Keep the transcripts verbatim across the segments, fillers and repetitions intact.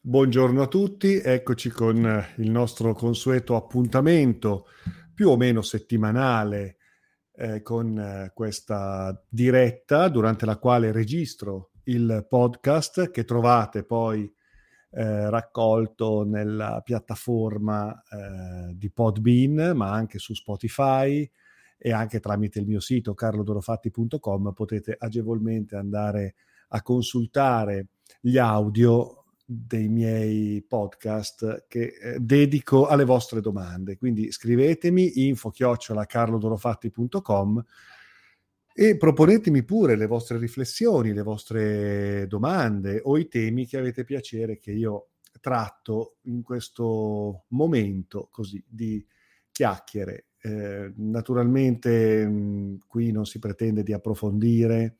Buongiorno a tutti, eccoci con il nostro consueto appuntamento più o meno settimanale eh, con eh, questa diretta durante la quale registro il podcast che trovate poi eh, raccolto nella piattaforma eh, di Podbean, ma anche su Spotify e anche tramite il mio sito carlo dorofatti punto com potete agevolmente andare a consultare gli audio dei miei podcast che eh, dedico alle vostre domande. Quindi scrivetemi info chiocciola carlo dorofatti punto com e proponetemi pure le vostre riflessioni, le vostre domande o i temi che avete piacere che io tratto in questo momento così di chiacchiere. Eh, naturalmente mh, qui non si pretende di approfondire,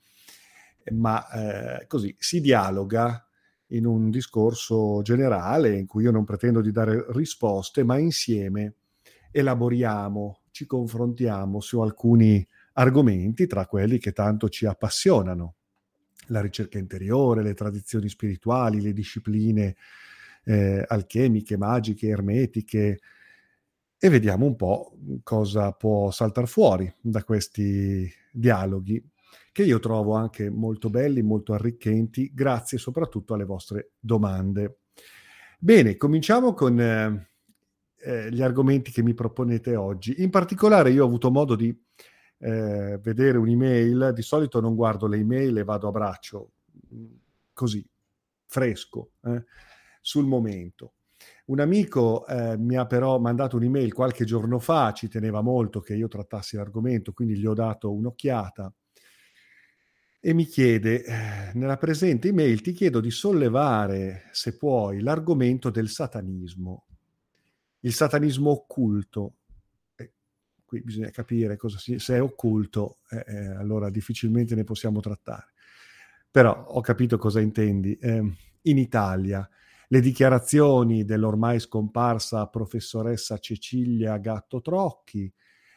ma eh, così si dialoga in un discorso generale in cui io non pretendo di dare risposte, ma insieme elaboriamo, ci confrontiamo su alcuni argomenti tra quelli che tanto ci appassionano. La ricerca interiore, le tradizioni spirituali, le discipline eh, alchemiche, magiche, ermetiche, e vediamo un po' cosa può saltar fuori da questi dialoghi, che io trovo anche molto belli, molto arricchenti, grazie soprattutto alle vostre domande. Bene, cominciamo con eh, eh, gli argomenti che mi proponete oggi. In particolare io ho avuto modo di eh, vedere un'email, di solito non guardo le email e vado a braccio, così, fresco, eh, sul momento. Un amico eh, mi ha però mandato un'email qualche giorno fa, ci teneva molto che io trattassi l'argomento, quindi gli ho dato un'occhiata e mi chiede, eh, nella presente email ti chiedo di sollevare, se puoi, l'argomento del satanismo, il satanismo occulto. E qui bisogna capire cosa si, se è occulto, eh, eh, allora difficilmente ne possiamo trattare. Però ho capito cosa intendi. Eh, in Italia le dichiarazioni dell'ormai scomparsa professoressa Cecilia Gatto Trocchi,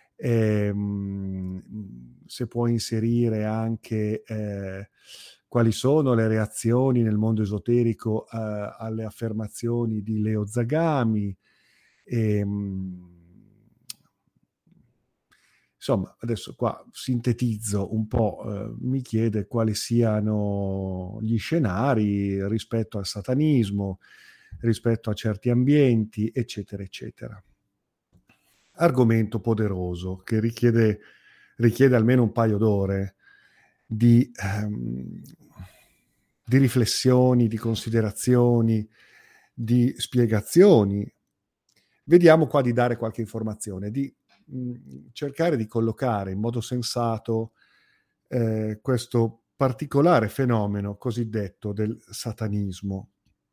ehm, se può inserire anche eh, quali sono le reazioni nel mondo esoterico eh, alle affermazioni di Leo Zagami. Ehm, Insomma, adesso qua sintetizzo un po', eh, mi chiede quali siano gli scenari rispetto al satanismo, rispetto a certi ambienti, eccetera, eccetera. Argomento poderoso che richiede, richiede almeno un paio d'ore di, ehm, di riflessioni, di considerazioni, di spiegazioni. Vediamo qua di dare qualche informazione, di mh, cercare di collocare in modo sensato eh, questo particolare fenomeno cosiddetto del satanismo.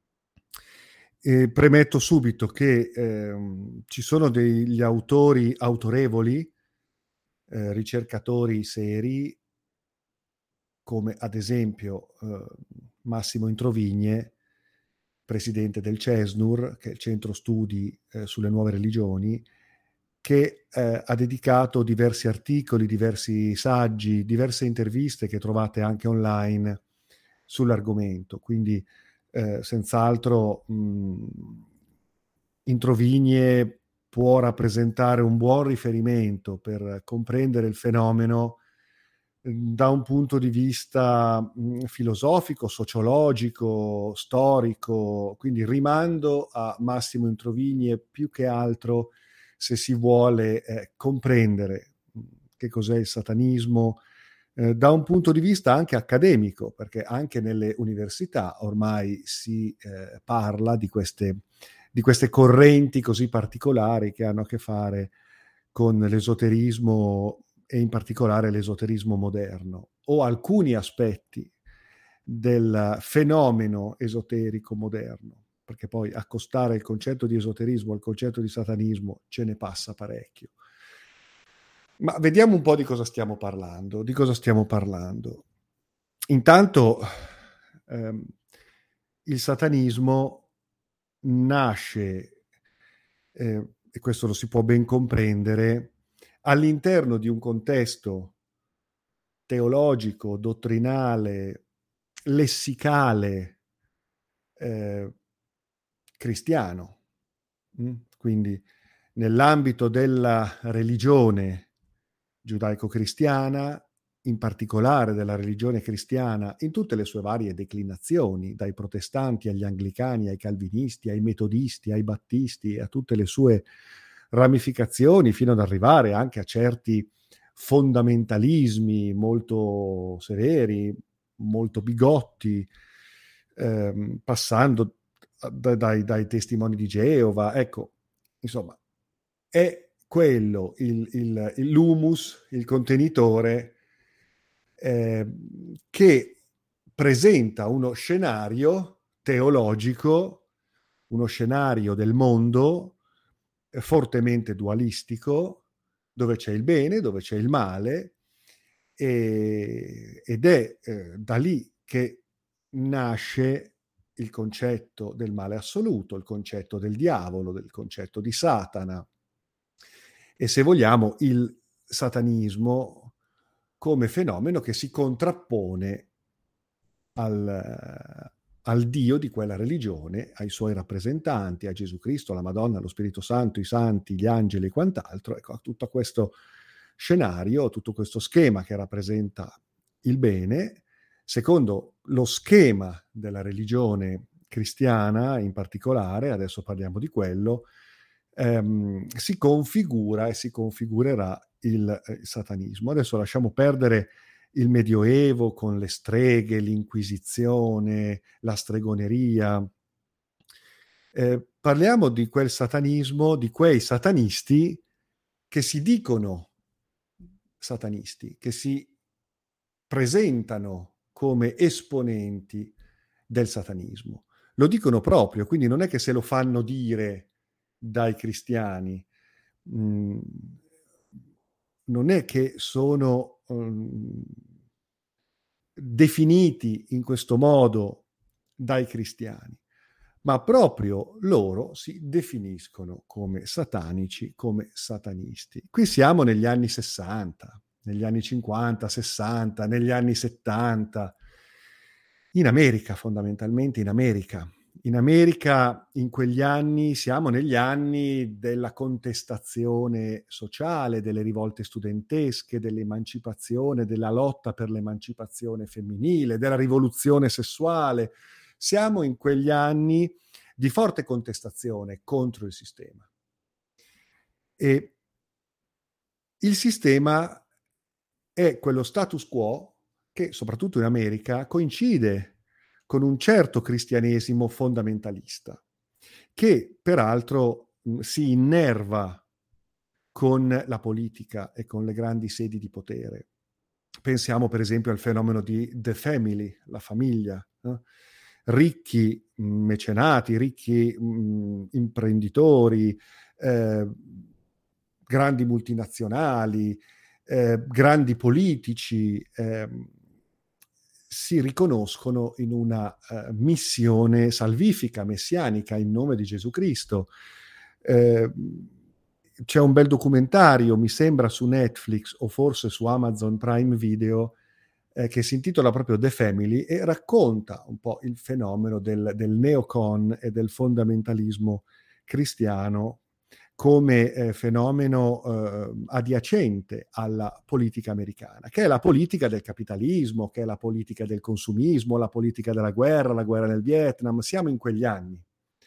E premetto subito che ehm, ci sono degli autori autorevoli, eh, ricercatori seri, come ad esempio eh, Massimo Introvigne, presidente del CESNUR, che è il Centro Studi eh, sulle Nuove Religioni, che eh, ha dedicato diversi articoli, diversi saggi, diverse interviste che trovate anche online sull'argomento. Quindi eh, senz'altro mh, Introvigne può rappresentare un buon riferimento per comprendere il fenomeno da un punto di vista mh, filosofico, sociologico, storico, quindi rimando a Massimo Introvigne più che altro se si vuole eh, comprendere mh, che cos'è il satanismo eh, da un punto di vista anche accademico, perché anche nelle università ormai si eh, parla di queste, di queste correnti così particolari che hanno a che fare con l'esoterismo e in particolare l'esoterismo moderno, o alcuni aspetti del fenomeno esoterico moderno, perché poi accostare il concetto di esoterismo al concetto di satanismo ce ne passa parecchio. Ma vediamo un po' di cosa stiamo parlando. Di cosa stiamo parlando? Intanto ehm, il satanismo nasce, eh, e questo lo si può ben comprendere, all'interno di un contesto teologico, dottrinale, lessicale, eh, cristiano. Mm? Quindi nell'ambito della religione giudaico-cristiana, in particolare della religione cristiana in tutte le sue varie declinazioni, dai protestanti agli anglicani, ai calvinisti, ai metodisti, ai battisti, a tutte le sue ramificazioni, fino ad arrivare anche a certi fondamentalismi molto severi, molto bigotti, ehm, passando da, dai, dai testimoni di Geova. Ecco, insomma, è quello il, il, il l'humus, il contenitore eh, che presenta uno scenario teologico, uno scenario del mondo eh, fortemente dualistico, dove c'è il bene, dove c'è il male, e, ed è eh, da lì che nasce il concetto del male assoluto, il concetto del diavolo, del concetto di Satana, e se vogliamo il satanismo come fenomeno che si contrappone al, al Dio di quella religione, ai suoi rappresentanti, a Gesù Cristo, alla Madonna, allo Spirito Santo, i santi, gli angeli e quant'altro. Ecco, a tutto questo scenario, tutto questo schema che rappresenta il bene, secondo lo schema della religione cristiana in particolare, adesso parliamo di quello, ehm, si configura e si configurerà il, eh, il satanismo. Adesso lasciamo perdere il Medioevo con le streghe, l'Inquisizione, la stregoneria. Eh, parliamo di quel satanismo, di quei satanisti che si dicono satanisti, che si presentano come esponenti del satanismo. Lo dicono proprio, quindi non è che se lo fanno dire dai cristiani, mh, non è che sono um, definiti in questo modo dai cristiani, ma proprio loro si definiscono come satanici, come satanisti. Qui siamo negli anni sessanta, negli anni cinquanta, sessanta, negli anni settanta, in America fondamentalmente, in America. In America in quegli anni siamo negli anni della contestazione sociale, delle rivolte studentesche, dell'emancipazione, della lotta per l'emancipazione femminile, della rivoluzione sessuale. Siamo in quegli anni di forte contestazione contro il sistema. E il sistema è quello status quo che, soprattutto in America, coincide con un certo cristianesimo fondamentalista, che peraltro mh, si innerva con la politica e con le grandi sedi di potere. Pensiamo per esempio al fenomeno di The Family, la famiglia, no? Ricchi mh, mecenati, ricchi mh, imprenditori, eh, grandi multinazionali, eh, grandi politici, eh, si riconoscono in una uh, missione salvifica, messianica, in nome di Gesù Cristo. Eh, c'è un bel documentario, mi sembra su Netflix o forse su Amazon Prime Video, eh, che si intitola proprio The Family e racconta un po' il fenomeno del, del neocon e del fondamentalismo cristiano come eh, fenomeno eh, adiacente alla politica americana, che è la politica del capitalismo, che è la politica del consumismo, la politica della guerra, la guerra nel Vietnam. Siamo in quegli anni.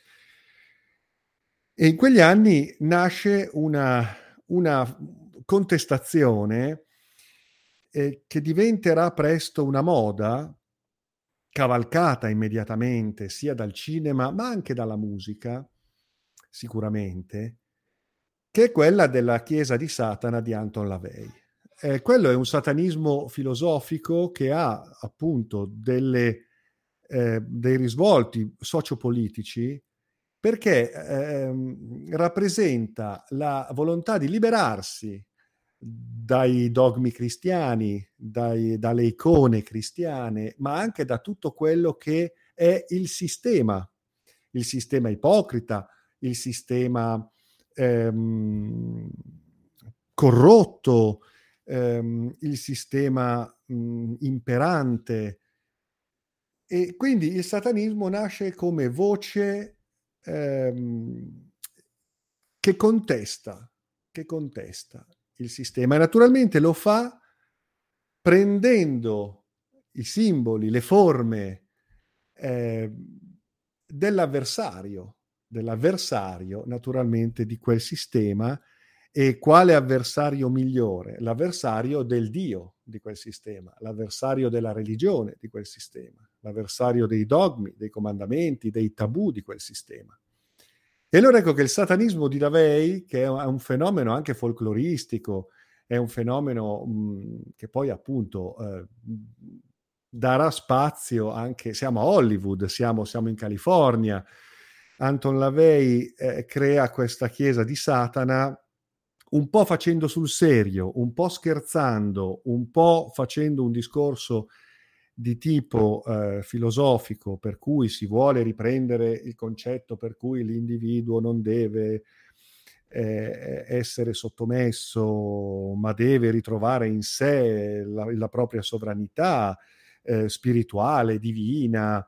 E in quegli anni nasce una, una contestazione eh, che diventerà presto una moda, cavalcata immediatamente sia dal cinema ma anche dalla musica, sicuramente, che è quella della Chiesa di Satana di Anton LaVey. Eh, quello è un satanismo filosofico che ha appunto delle, eh, dei risvolti sociopolitici perché ehm, rappresenta la volontà di liberarsi dai dogmi cristiani, dai, dalle icone cristiane, ma anche da tutto quello che è il sistema, il sistema ipocrita, il sistema ehm, corrotto, ehm, il sistema mh, imperante. E quindi il satanismo nasce come voce ehm, che contesta, che contesta il sistema, e naturalmente lo fa prendendo i simboli, le forme eh, dell'avversario, dell'avversario naturalmente di quel sistema. E quale avversario migliore? L'avversario del Dio di quel sistema, l'avversario della religione di quel sistema, l'avversario dei dogmi, dei comandamenti, dei tabù di quel sistema. E allora ecco che il satanismo di LaVey, che è un fenomeno anche folcloristico, è un fenomeno mh, che poi appunto eh, darà spazio anche, siamo a Hollywood, siamo, siamo in California. Anton LaVey eh, crea questa chiesa di Satana un po' facendo sul serio, un po' scherzando, un po' facendo un discorso di tipo eh, filosofico, per cui si vuole riprendere il concetto per cui l'individuo non deve eh, essere sottomesso, ma deve ritrovare in sé la, la propria sovranità eh, spirituale, divina.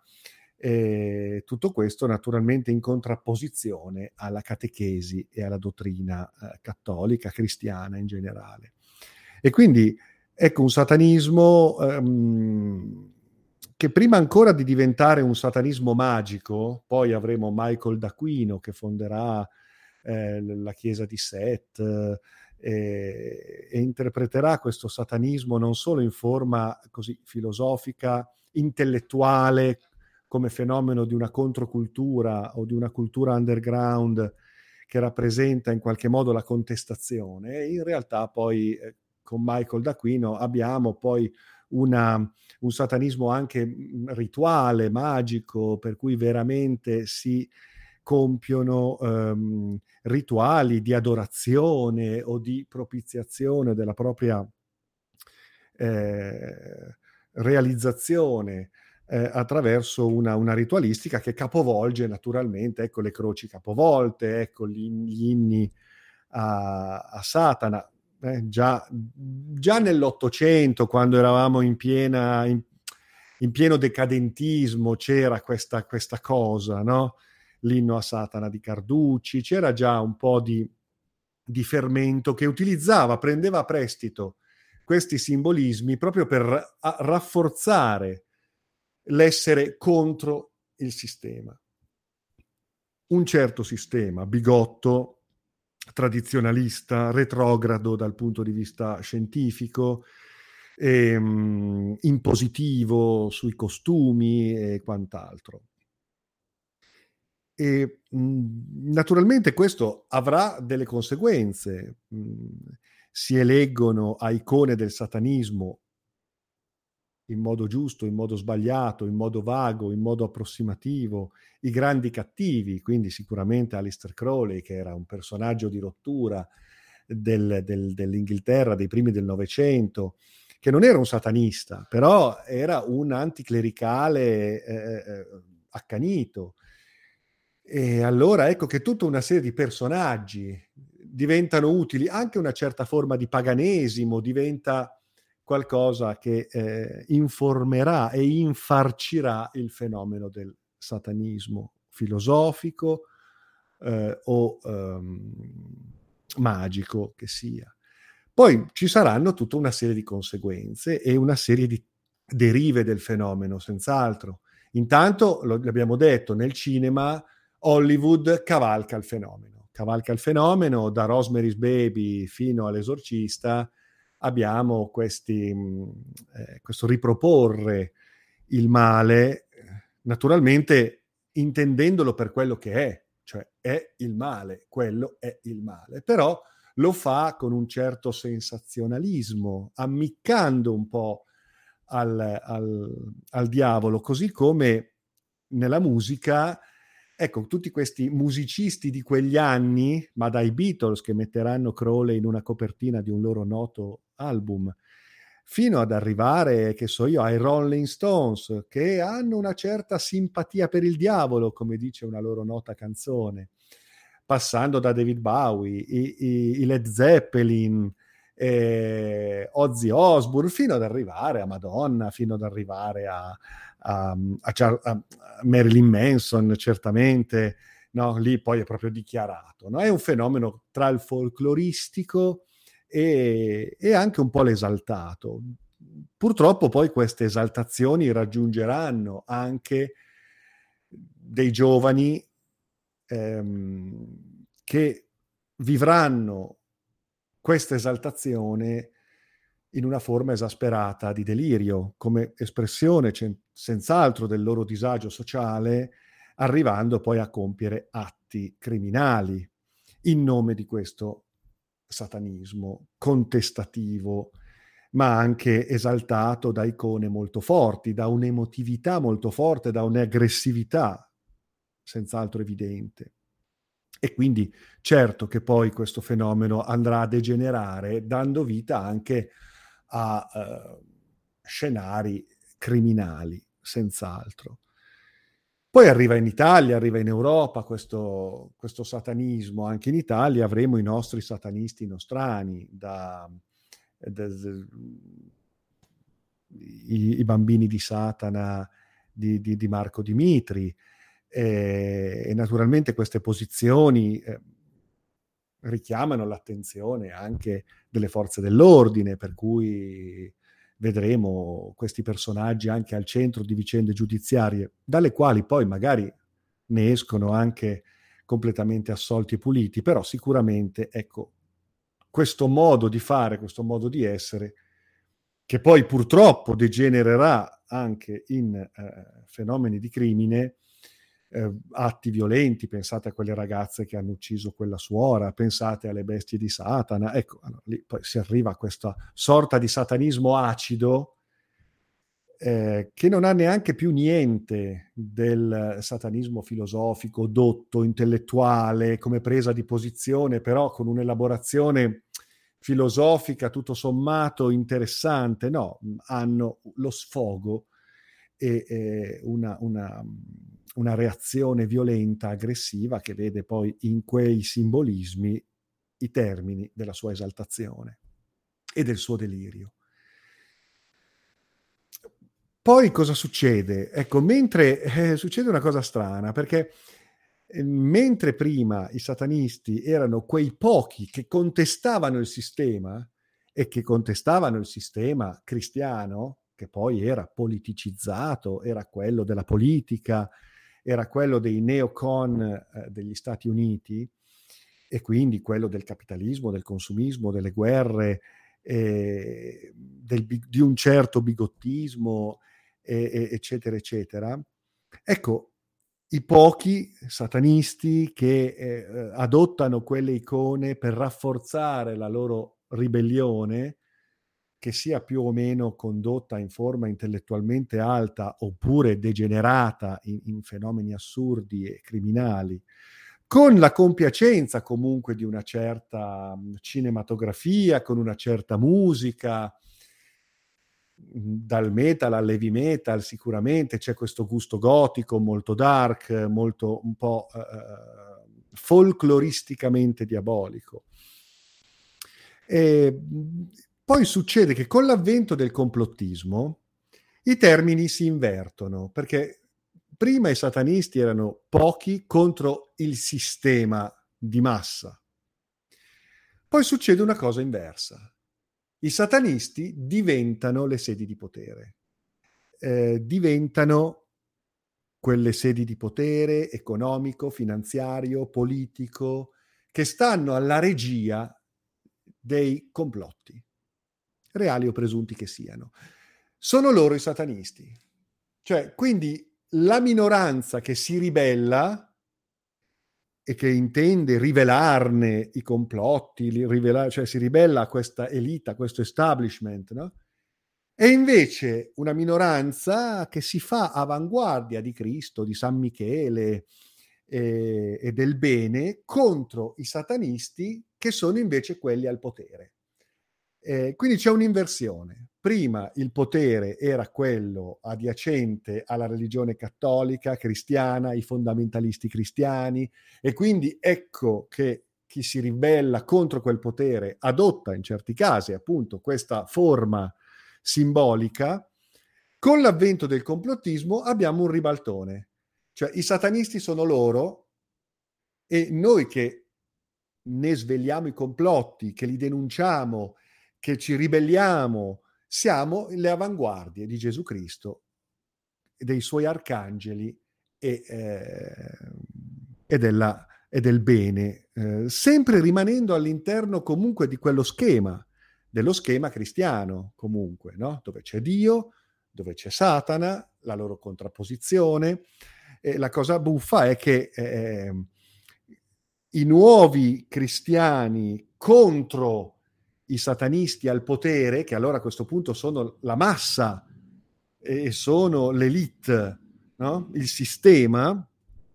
E tutto questo naturalmente in contrapposizione alla catechesi e alla dottrina eh, cattolica, cristiana in generale. E quindi ecco un satanismo ehm, che prima ancora di diventare un satanismo magico, poi avremo Michael d'Aquino che fonderà eh, la chiesa di Set eh, e, e interpreterà questo satanismo non solo in forma così filosofica, intellettuale, come fenomeno di una controcultura o di una cultura underground che rappresenta in qualche modo la contestazione. E in realtà poi eh, con Michael d'Aquino abbiamo poi una, un satanismo anche rituale, magico, per cui veramente si compiono ehm, rituali di adorazione o di propiziazione della propria eh, realizzazione eh, attraverso una, una ritualistica che capovolge naturalmente, ecco le croci capovolte, ecco gli, gli inni a, a Satana. Eh, già, già nell'Ottocento, quando eravamo in piena in, in pieno decadentismo, c'era questa, questa cosa, no? L'inno a Satana di Carducci, c'era già un po' di, di fermento che utilizzava, prendeva a prestito questi simbolismi proprio per a, rafforzare l'essere contro il sistema. Un certo sistema, bigotto, tradizionalista, retrogrado dal punto di vista scientifico, ehm, impositivo sui costumi e quant'altro. E mh, naturalmente questo avrà delle conseguenze. Mh, si eleggono a icone del satanismo in modo giusto, in modo sbagliato, in modo vago, in modo approssimativo, i grandi cattivi, quindi sicuramente Aleister Crowley, che era un personaggio di rottura del, del, dell'Inghilterra dei primi del Novecento, che non era un satanista, però era un anticlericale eh, accanito. E allora ecco che tutta una serie di personaggi diventano utili, anche una certa forma di paganesimo diventa qualcosa che eh, informerà e infarcirà il fenomeno del satanismo filosofico eh, o ehm, magico che sia. Poi ci saranno tutta una serie di conseguenze e una serie di derive del fenomeno, senz'altro. Intanto, lo abbiamo detto, nel cinema Hollywood cavalca il fenomeno. Cavalca il fenomeno da Rosemary's Baby fino all'Esorcista. Abbiamo questi, eh, questo riproporre il male, naturalmente intendendolo per quello che è, cioè è il male, quello è il male, però lo fa con un certo sensazionalismo, ammiccando un po' al, al, al diavolo, così come nella musica. Ecco, tutti questi musicisti di quegli anni, ma dai Beatles che metteranno Crowley in una copertina di un loro noto album, fino ad arrivare, che so io, ai Rolling Stones, che hanno una certa simpatia per il diavolo, come dice una loro nota canzone, passando da David Bowie, i, i, i Led Zeppelin, eh, Ozzy Osbourne, fino ad arrivare a Madonna, fino ad arrivare a, a, a, a Marilyn Manson, certamente, no? Lì poi è proprio dichiarato, no? È un fenomeno tra il folcloristico e, e anche un po' l'esaltato. Purtroppo poi queste esaltazioni raggiungeranno anche dei giovani ehm, che vivranno questa esaltazione in una forma esasperata di delirio, come espressione cen- senz'altro del loro disagio sociale, arrivando poi a compiere atti criminali in nome di questo satanismo contestativo, ma anche esaltato da icone molto forti, da un'emotività molto forte, da un'aggressività senz'altro evidente. E quindi certo che poi questo fenomeno andrà a degenerare, dando vita anche a uh, scenari criminali, senz'altro. Poi arriva in Italia, arriva in Europa questo, questo satanismo, anche in Italia avremo i nostri satanisti nostrani, da, da, da i, i bambini di Satana di, di, di Marco Dimitri, e, e naturalmente queste posizioni eh, richiamano l'attenzione anche delle forze dell'ordine, per cui vedremo questi personaggi anche al centro di vicende giudiziarie, dalle quali poi magari ne escono anche completamente assolti e puliti, però sicuramente, ecco, questo modo di fare, questo modo di essere, che poi purtroppo degenererà anche in eh, fenomeni di crimine, eh, atti violenti, pensate a quelle ragazze che hanno ucciso quella suora, pensate alle bestie di Satana, ecco, allora, lì poi si arriva a questa sorta di satanismo acido eh, che non ha neanche più niente del satanismo filosofico, dotto, intellettuale, come presa di posizione, però con un'elaborazione filosofica tutto sommato interessante, no, hanno lo sfogo e eh, una, una, una reazione violenta, aggressiva, che vede poi in quei simbolismi i termini della sua esaltazione e del suo delirio. Poi cosa succede? Ecco, mentre eh, succede una cosa strana, perché eh, mentre prima i satanisti erano quei pochi che contestavano il sistema e che contestavano il sistema cristiano, che poi era politicizzato, era quello della politica, era quello dei neocon eh, degli Stati Uniti e quindi quello del capitalismo, del consumismo, delle guerre, eh, del, di un certo bigottismo, e, eccetera, eccetera. Ecco, i pochi satanisti che eh, adottano quelle icone per rafforzare la loro ribellione, che sia più o meno condotta in forma intellettualmente alta oppure degenerata in, in fenomeni assurdi e criminali, con la compiacenza comunque di una certa cinematografia, con una certa musica, dal metal all'heavy metal sicuramente c'è questo gusto gotico molto dark, molto un po' uh, folcloristicamente diabolico. E poi succede che con l'avvento del complottismo i termini si invertono, perché prima i satanisti erano pochi contro il sistema di massa. Poi succede una cosa inversa. I satanisti diventano le sedi di potere, eh, diventano quelle sedi di potere economico, finanziario, politico, che stanno alla regia dei complotti, reali o presunti che siano. Sono loro i satanisti. Cioè, quindi la minoranza che si ribella e che intende rivelarne i complotti, rivelar, cioè si ribella a questa elite, a questo establishment, no? E invece una minoranza che si fa avanguardia di Cristo, di San Michele e, e del bene contro i satanisti che sono invece quelli al potere. Eh, quindi c'è un'inversione. Prima il potere era quello adiacente alla religione cattolica, cristiana, i fondamentalisti cristiani, e quindi ecco che chi si ribella contro quel potere adotta in certi casi appunto questa forma simbolica. Con l'avvento del complottismo abbiamo un ribaltone, cioè i satanisti sono loro E noi che ne svegliamo i complotti, che li denunciamo, che ci ribelliamo, siamo le avanguardie di Gesù Cristo, dei suoi arcangeli e, eh, e, della, e del bene, eh, sempre rimanendo all'interno comunque di quello schema, dello schema cristiano comunque, no? Dove c'è Dio, dove c'è Satana, la loro contrapposizione. E la cosa buffa è che eh, i nuovi cristiani contro i satanisti al potere, che allora a questo punto sono la massa e sono l'elite, no? Il sistema,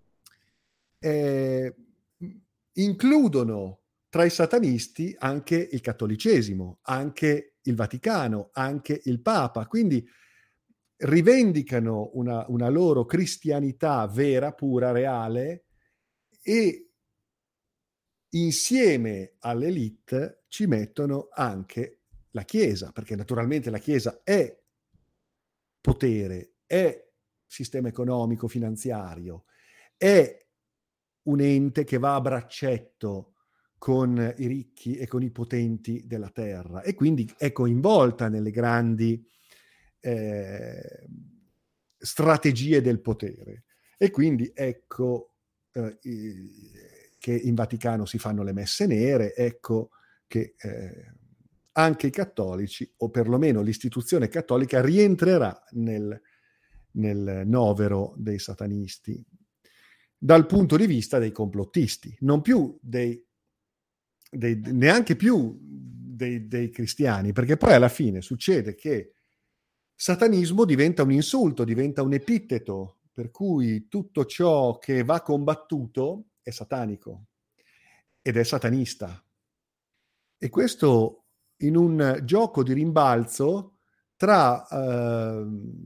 eh, includono tra i satanisti anche il cattolicesimo, anche il Vaticano, anche il Papa. Quindi rivendicano una, una loro cristianità vera, pura, reale, e insieme all'elite ci mettono anche la Chiesa, perché naturalmente la Chiesa è potere, è sistema economico finanziario, è un ente che va a braccetto con i ricchi e con i potenti della terra, e quindi è coinvolta nelle grandi eh, strategie del potere. E quindi ecco eh, che in Vaticano si fanno le messe nere, ecco che eh, anche i cattolici, o perlomeno l'istituzione cattolica, rientrerà nel, nel novero dei satanisti, dal punto di vista dei complottisti, non più dei, dei neanche più dei, dei cristiani, perché poi alla fine succede che satanismo diventa un insulto, diventa un epiteto, per cui tutto ciò che va combattuto è satanico ed è satanista. E questo in un gioco di rimbalzo tra eh,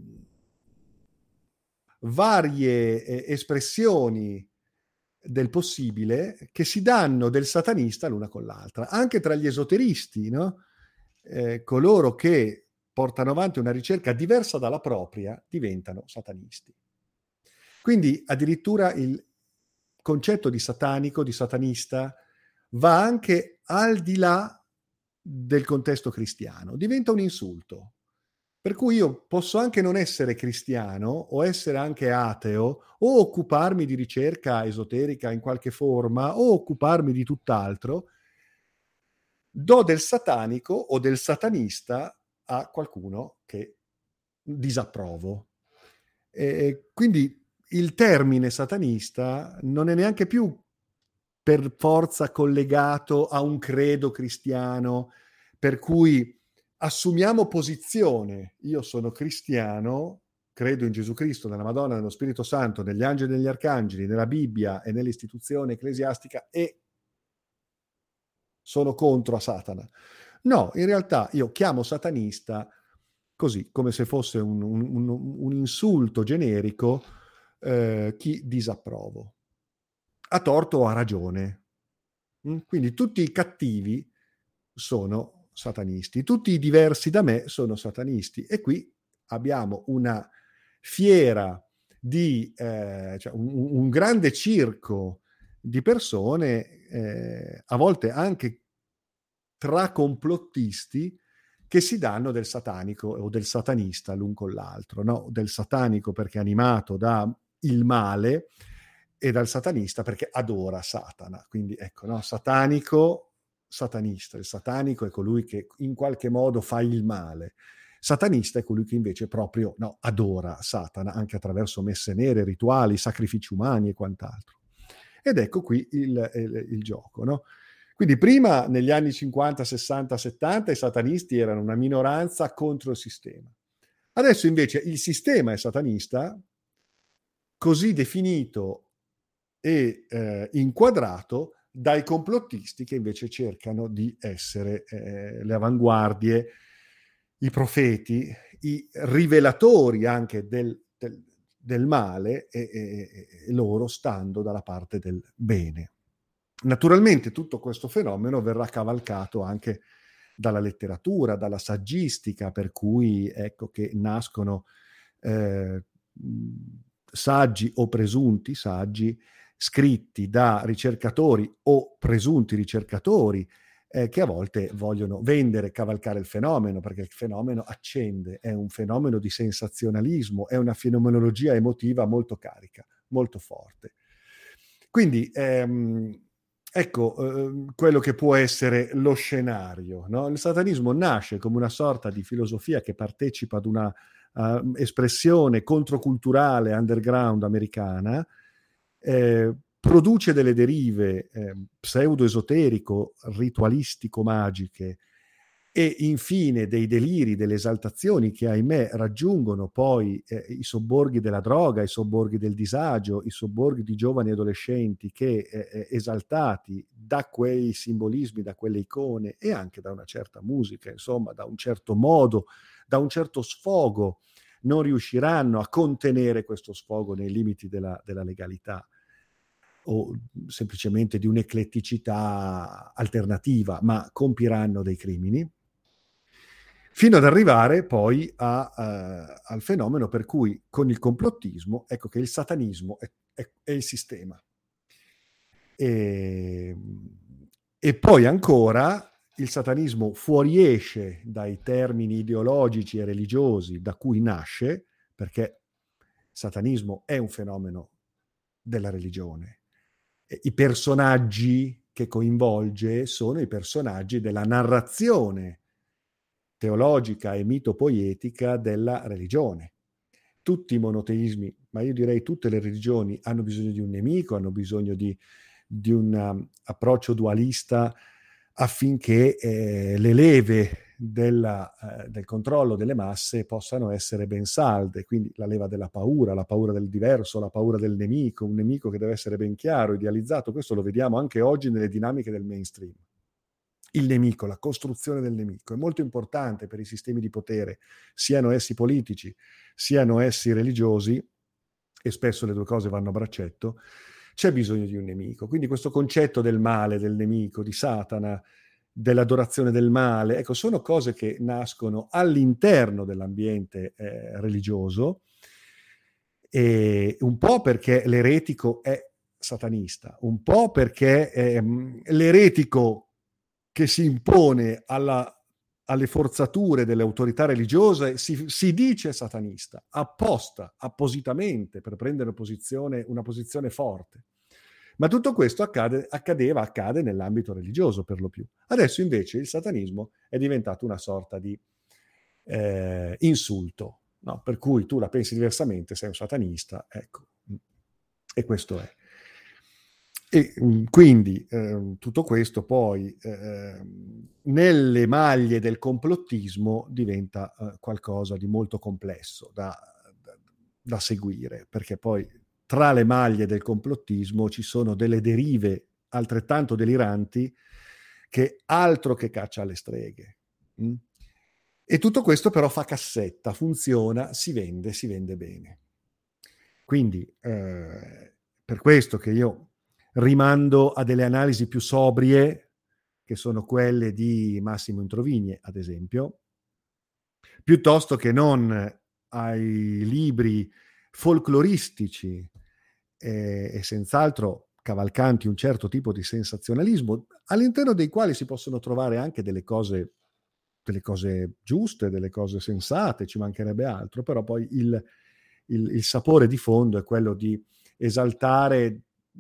varie eh, espressioni del possibile che si danno del satanista l'una con l'altra, anche tra gli esoteristi, no? Eh, coloro che portano avanti una ricerca diversa dalla propria diventano satanisti. Quindi addirittura il concetto di satanico, di satanista, va anche al di là del contesto cristiano, diventa un insulto. Per cui io posso anche non essere cristiano o essere anche ateo o occuparmi di ricerca esoterica in qualche forma o occuparmi di tutt'altro, do del satanico o del satanista a qualcuno che disapprovo. E quindi il termine satanista non è neanche più per forza collegato a un credo cristiano, per cui assumiamo posizione. Io sono cristiano, credo in Gesù Cristo, nella Madonna, nello Spirito Santo, negli angeli e negli arcangeli, nella Bibbia e nell'istituzione ecclesiastica, e sono contro a Satana. No, in realtà io chiamo satanista così, come se fosse un, un, un insulto generico, eh, chi disapprovo. A torto o a ragione. Quindi tutti i cattivi sono satanisti, tutti i diversi da me sono satanisti, e qui abbiamo una fiera di, eh, cioè un, un grande circo di persone, eh, a volte anche tra complottisti, che si danno del satanico o del satanista l'un con l'altro, no? Del satanico perché è animato da il male e dal satanista perché adora Satana. Quindi ecco, no? Satanico, satanista. Il satanico è colui che in qualche modo fa il male. Satanista è colui che invece proprio no, adora Satana, anche attraverso messe nere, rituali, sacrifici umani e quant'altro. Ed ecco qui il, il, il gioco, no? Quindi prima, negli anni cinquanta, sessanta, settanta, i satanisti erano una minoranza contro il sistema. Adesso invece il sistema è satanista, così definito e eh, inquadrato dai complottisti che invece cercano di essere eh, le avanguardie, i profeti, i rivelatori anche del, del, del male, e, e, e loro stando dalla parte del bene. Naturalmente tutto questo fenomeno verrà cavalcato anche dalla letteratura, dalla saggistica, per cui ecco che nascono eh, saggi o presunti saggi scritti da ricercatori o presunti ricercatori eh, che a volte vogliono vendere, cavalcare il fenomeno, perché il fenomeno accende, è un fenomeno di sensazionalismo, è una fenomenologia emotiva molto carica, molto forte. Quindi ehm, ecco eh, quello che può essere lo scenario, no? Il satanismo nasce come una sorta di filosofia che partecipa ad una uh, espressione controculturale underground americana, eh, produce delle derive eh, pseudo-esoterico, ritualistico-magiche e infine dei deliri, delle esaltazioni che ahimè raggiungono poi eh, i sobborghi della droga, i sobborghi del disagio, i sobborghi di giovani adolescenti che eh, esaltati da quei simbolismi, da quelle icone e anche da una certa musica, insomma da un certo modo, da un certo sfogo, non riusciranno a contenere questo sfogo nei limiti della, della legalità o semplicemente di un'ecletticità alternativa, ma compiranno dei crimini, fino ad arrivare poi a, uh, al fenomeno per cui con il complottismo, ecco che il satanismo è, è, è il sistema. E, e poi ancora il satanismo fuoriesce dai termini ideologici e religiosi da cui nasce, perché il satanismo è un fenomeno della religione. E i personaggi che coinvolge sono i personaggi della narrazione teologica e mitopoietica della religione. Tutti i monoteismi, ma io direi tutte le religioni, hanno bisogno di un nemico, hanno bisogno di, di un um, approccio dualista affinché eh, le leve della, eh, del controllo delle masse possano essere ben salde. Quindi la leva della paura, la paura del diverso, la paura del nemico, un nemico che deve essere ben chiaro, idealizzato. Questo lo vediamo anche oggi nelle dinamiche del mainstream. Il nemico, la costruzione del nemico è molto importante per i sistemi di potere, siano essi politici, siano essi religiosi, e spesso le due cose vanno a braccetto. C'è bisogno di un nemico. Quindi questo concetto del male, del nemico, di Satana, dell'adorazione del male, ecco, sono cose che nascono all'interno dell'ambiente eh, religioso, e un po' perché l'eretico è satanista, un po' perché ehm, l'eretico che si impone alla, alle forzature delle autorità religiose si, si dice satanista, apposta, appositamente, per prendere una posizione, una posizione forte. Ma tutto questo accade, accadeva, accade nell'ambito religioso per lo più. Adesso invece il satanismo è diventato una sorta di eh, insulto, no? Per cui tu la pensi diversamente, sei un satanista, ecco. E questo è. E quindi eh, tutto questo poi eh, nelle maglie del complottismo diventa eh, qualcosa di molto complesso da, da, da seguire, perché poi tra le maglie del complottismo ci sono delle derive altrettanto deliranti che altro che caccia alle streghe. Mm? E tutto questo però fa cassetta, funziona, si vende, si vende bene. Quindi eh, per questo che io rimando a delle analisi più sobrie, che sono quelle di Massimo Introvigne, ad esempio, piuttosto che non ai libri folcloristici eh, e senz'altro cavalcanti un certo tipo di sensazionalismo, all'interno dei quali si possono trovare anche delle cose, delle cose giuste, delle cose sensate, ci mancherebbe altro, però poi il, il, il sapore di fondo è quello di esaltare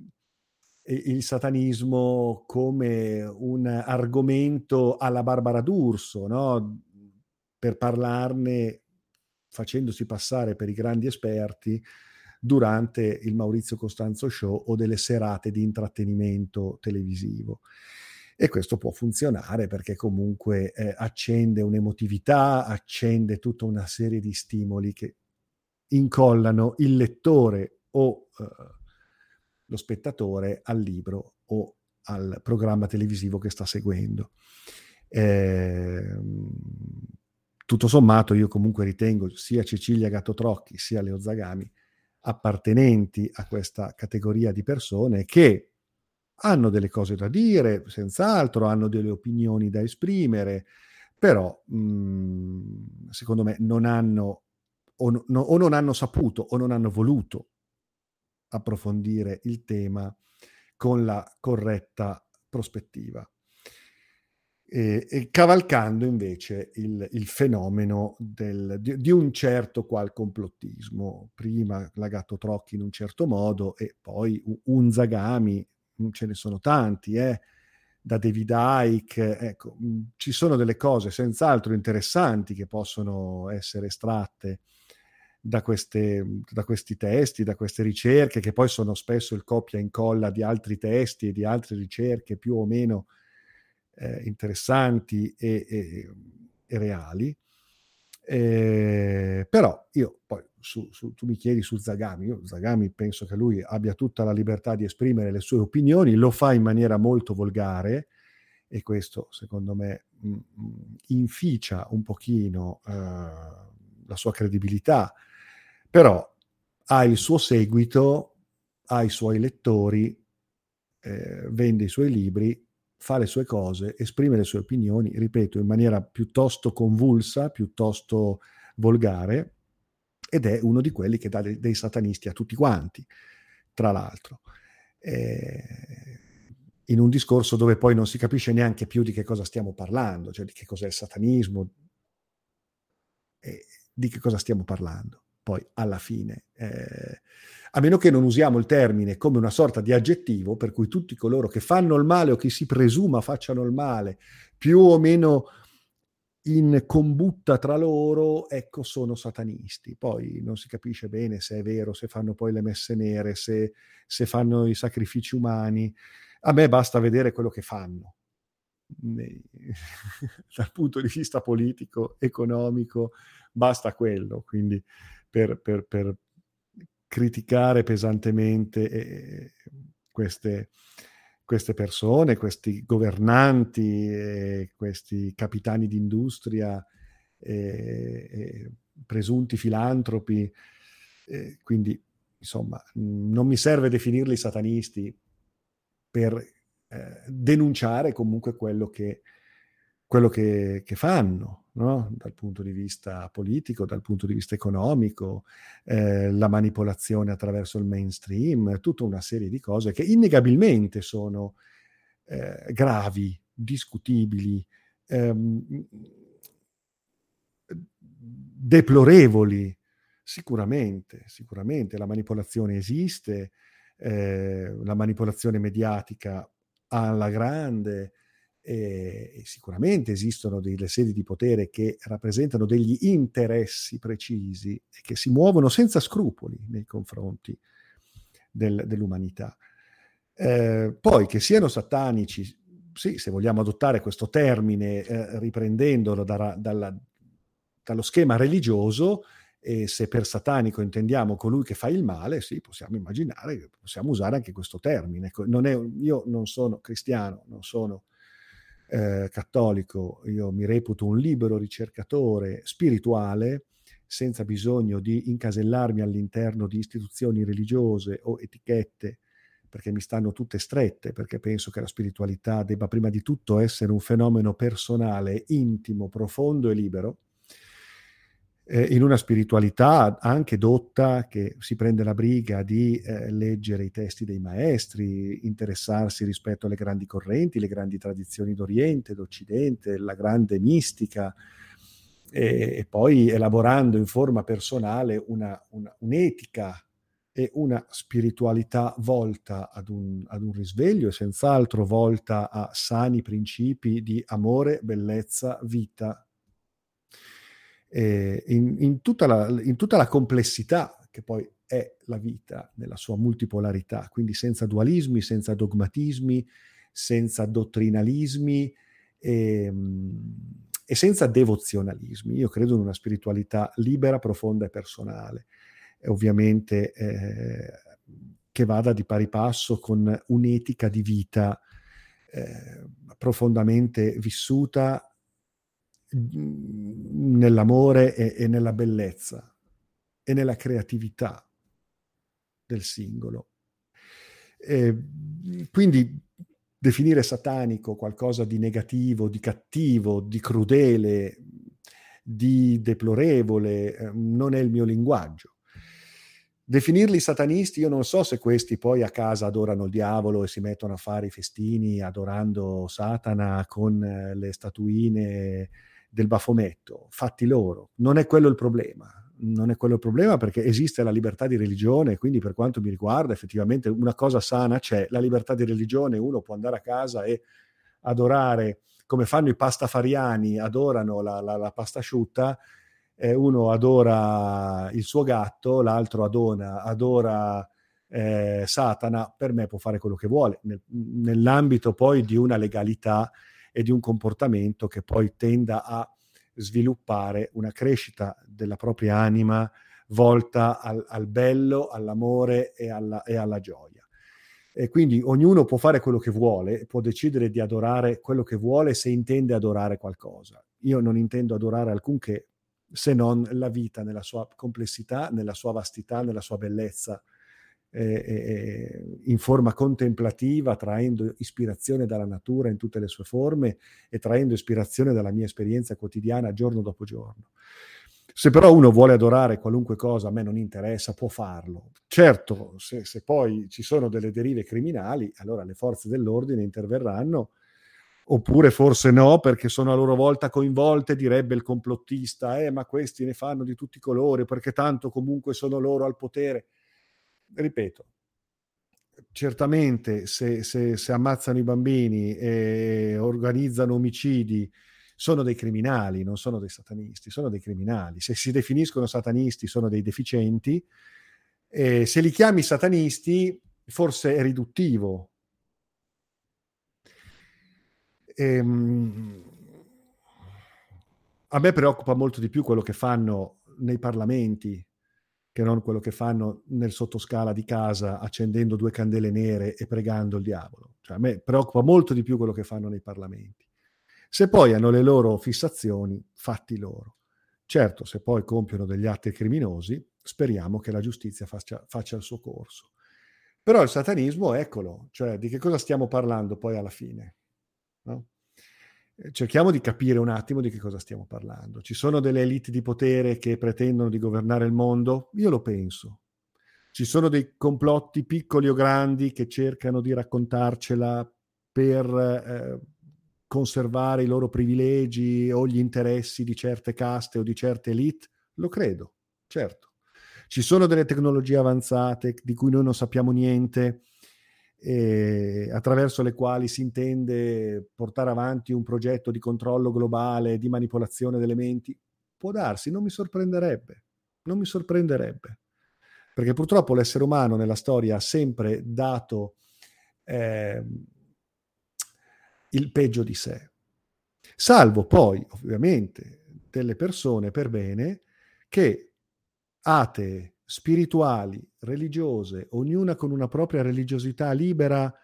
il satanismo come un argomento alla Barbara D'Urso, no? Per parlarne facendosi passare per i grandi esperti durante il Maurizio Costanzo Show o delle serate di intrattenimento televisivo. E questo può funzionare perché comunque eh, accende un'emotività, accende tutta una serie di stimoli che incollano il lettore o eh, lo spettatore al libro o al programma televisivo che sta seguendo. Eh, tutto sommato io comunque ritengo sia Cecilia Gattotrocchi sia Leo Zagami appartenenti a questa categoria di persone che hanno delle cose da dire, senz'altro, hanno delle opinioni da esprimere, però mh, secondo me non hanno o, no, o non hanno saputo o non hanno voluto approfondire il tema con la corretta prospettiva. E, e cavalcando invece il, il fenomeno del, di, di un certo qual complottismo, prima la Gatto-Trocchi in un certo modo e poi un Zagami, ce ne sono tanti, eh, da David Icke, ecco, ci sono delle cose senz'altro interessanti che possono essere estratte da, queste, da questi testi, da queste ricerche, che poi sono spesso il copia e incolla di altri testi e di altre ricerche più o meno Eh, interessanti e, e, e reali, eh, però io poi su, su, tu mi chiedi su Zagami, io Zagami penso che lui abbia tutta la libertà di esprimere le sue opinioni, lo fa in maniera molto volgare e questo secondo me mh, inficia un pochino eh, la sua credibilità, però ha il suo seguito, ha i suoi lettori, eh, vende i suoi libri, fa le sue cose, esprime le sue opinioni, ripeto, in maniera piuttosto convulsa, piuttosto volgare, ed è uno di quelli che dà dei, dei satanisti a tutti quanti, tra l'altro. Eh, in un discorso dove poi non si capisce neanche più di che cosa stiamo parlando, cioè di che cos'è il satanismo, e di che cosa stiamo parlando. Poi, alla fine, eh, a meno che non usiamo il termine come una sorta di aggettivo, per cui tutti coloro che fanno il male o che si presuma facciano il male, più o meno in combutta tra loro, ecco, sono satanisti. Poi non si capisce bene se è vero, se fanno poi le messe nere, se, se fanno i sacrifici umani. A me basta vedere quello che fanno. Dal punto di vista politico, economico, basta quello. Quindi per, per, per criticare pesantemente eh, queste, queste persone, questi governanti, eh, questi capitani d'industria, eh, eh, presunti filantropi, eh, quindi insomma non mi serve definirli satanisti per eh, denunciare comunque quello che quello che, che fanno, no? Dal punto di vista politico, dal punto di vista economico, eh, la manipolazione attraverso il mainstream, tutta una serie di cose che innegabilmente sono eh, gravi, discutibili, ehm, deplorevoli. Sicuramente, sicuramente la manipolazione esiste, eh, la manipolazione mediatica alla grande, e sicuramente esistono delle sedi di potere che rappresentano degli interessi precisi e che si muovono senza scrupoli nei confronti del, dell'umanità. Eh, poi che siano satanici, sì, se vogliamo adottare questo termine eh, riprendendolo da, dalla, dallo schema religioso, e se per satanico intendiamo colui che fa il male, sì, possiamo immaginare, possiamo usare anche questo termine. Non è, io non sono cristiano, non sono Eh, cattolico, io mi reputo un libero ricercatore spirituale senza bisogno di incasellarmi all'interno di istituzioni religiose o etichette, perché mi stanno tutte strette, perché penso che la spiritualità debba prima di tutto essere un fenomeno personale, intimo, profondo e libero, eh, in una spiritualità anche dotta, che si prende la briga di eh, leggere i testi dei maestri, interessarsi rispetto alle grandi correnti, le grandi tradizioni d'Oriente, d'Occidente, la grande mistica, e, e poi elaborando in forma personale una, una, un'etica e una spiritualità volta ad un, ad un risveglio e senz'altro volta a sani principi di amore, bellezza, vita, eh, in, in, tutta la, in tutta la complessità che poi è la vita nella sua multipolarità, quindi senza dualismi, senza dogmatismi, senza dottrinalismi e, e senza devozionalismi. Io credo in una spiritualità libera, profonda e personale, e ovviamente eh, che vada di pari passo con un'etica di vita eh, profondamente vissuta nell'amore e, e nella bellezza e nella creatività del singolo. E quindi definire satanico qualcosa di negativo, di cattivo, di crudele, di deplorevole, eh, non è il mio linguaggio. Definirli satanisti, io non so se questi poi a casa adorano il diavolo e si mettono a fare i festini adorando Satana con le statuine del Bafometto, fatti loro. Non è quello il problema. Non è quello il problema, perché esiste la libertà di religione, quindi per quanto mi riguarda effettivamente una cosa sana c'è, la libertà di religione, uno può andare a casa e adorare, come fanno i pastafariani, adorano la, la, la pasta asciutta, eh, uno adora il suo gatto, l'altro adora, adora eh, Satana, per me può fare quello che vuole, nel, nell'ambito poi di una legalità e di un comportamento che poi tenda a sviluppare una crescita della propria anima volta al, al bello, all'amore e alla, e alla gioia. E quindi ognuno può fare quello che vuole, può decidere di adorare quello che vuole se intende adorare qualcosa. Io non intendo adorare alcunché se non la vita nella sua complessità, nella sua vastità, nella sua bellezza, eh, eh, in forma contemplativa, traendo ispirazione dalla natura in tutte le sue forme e traendo ispirazione dalla mia esperienza quotidiana giorno dopo giorno. Se però uno vuole adorare qualunque cosa, a me non interessa, può farlo. Certo, se, se poi ci sono delle derive criminali, allora le forze dell'ordine interverranno, oppure forse no, perché sono a loro volta coinvolte, direbbe il complottista, eh, ma questi ne fanno di tutti i colori, perché tanto comunque sono loro al potere. Ripeto, certamente se, se, se ammazzano i bambini e organizzano omicidi, sono dei criminali, non sono dei satanisti, sono dei criminali. Se si definiscono satanisti sono dei deficienti, e se li chiami satanisti forse è riduttivo. Ehm, a me preoccupa molto di più quello che fanno nei parlamenti che non quello che fanno nel sottoscala di casa accendendo due candele nere e pregando il diavolo. Cioè, a me preoccupa molto di più quello che fanno nei parlamenti. Se poi hanno le loro fissazioni, fatti loro. Certo, se poi compiono degli atti criminosi, speriamo che la giustizia faccia, faccia il suo corso. Però il satanismo, eccolo, cioè di che cosa stiamo parlando poi alla fine? No? Cerchiamo di capire un attimo di che cosa stiamo parlando. Ci sono delle elite di potere che pretendono di governare il mondo? Io lo penso. Ci sono dei complotti piccoli o grandi che cercano di raccontarcela per eh, conservare i loro privilegi o gli interessi di certe caste o di certe elite? Lo credo, certo. Ci sono delle tecnologie avanzate di cui noi non sappiamo niente, eh, attraverso le quali si intende portare avanti un progetto di controllo globale, di manipolazione delle menti? Può darsi, non mi sorprenderebbe, non mi sorprenderebbe, perché purtroppo l'essere umano nella storia ha sempre dato eh, il peggio di sé, salvo poi ovviamente delle persone per bene che, atee, spirituali, religiose, ognuna con una propria religiosità libera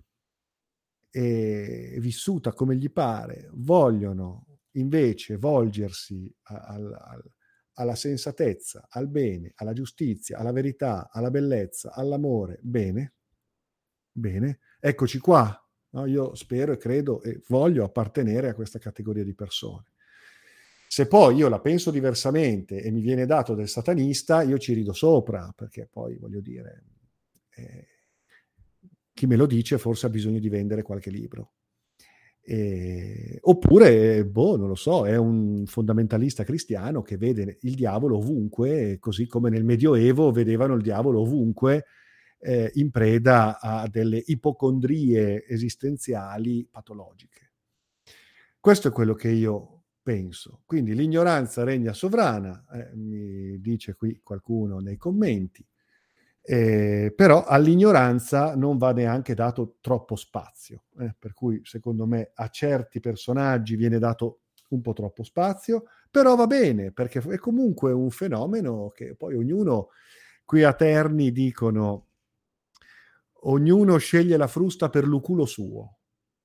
e vissuta come gli pare, vogliono invece volgersi a, al, al, alla sensatezza, al bene, alla giustizia, alla verità, alla bellezza, all'amore. Bene, bene, eccoci qua. No? Io spero e credo e voglio appartenere a questa categoria di persone. Se poi io la penso diversamente e mi viene dato del satanista, io ci rido sopra, perché poi voglio dire, eh, chi me lo dice forse ha bisogno di vendere qualche libro. Eh, oppure, boh, non lo so, è un fondamentalista cristiano che vede il diavolo ovunque, così come nel Medioevo vedevano il diavolo ovunque, eh, in preda a delle ipocondrie esistenziali patologiche. Questo è quello che io penso. Quindi l'ignoranza regna sovrana, eh, mi dice qui qualcuno nei commenti, eh, però all'ignoranza non va neanche dato troppo spazio, eh, per cui secondo me a certi personaggi viene dato un po' troppo spazio, però va bene, perché è comunque un fenomeno che poi ognuno, qui a Terni dicono, ognuno sceglie la frusta per l'uculo suo.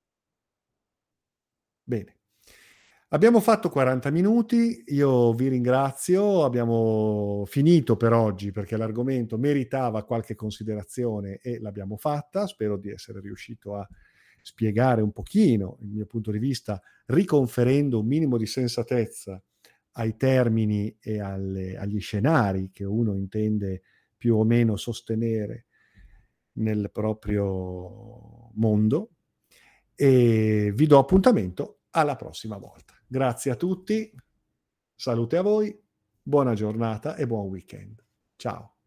Bene. Abbiamo fatto quaranta minuti, io vi ringrazio, abbiamo finito per oggi perché l'argomento meritava qualche considerazione e l'abbiamo fatta, spero di essere riuscito a spiegare un pochino il mio punto di vista, riconferendo un minimo di sensatezza ai termini e alle, agli scenari che uno intende più o meno sostenere nel proprio mondo, e vi do appuntamento alla prossima volta. Grazie a tutti, salute a voi, buona giornata e buon weekend. Ciao.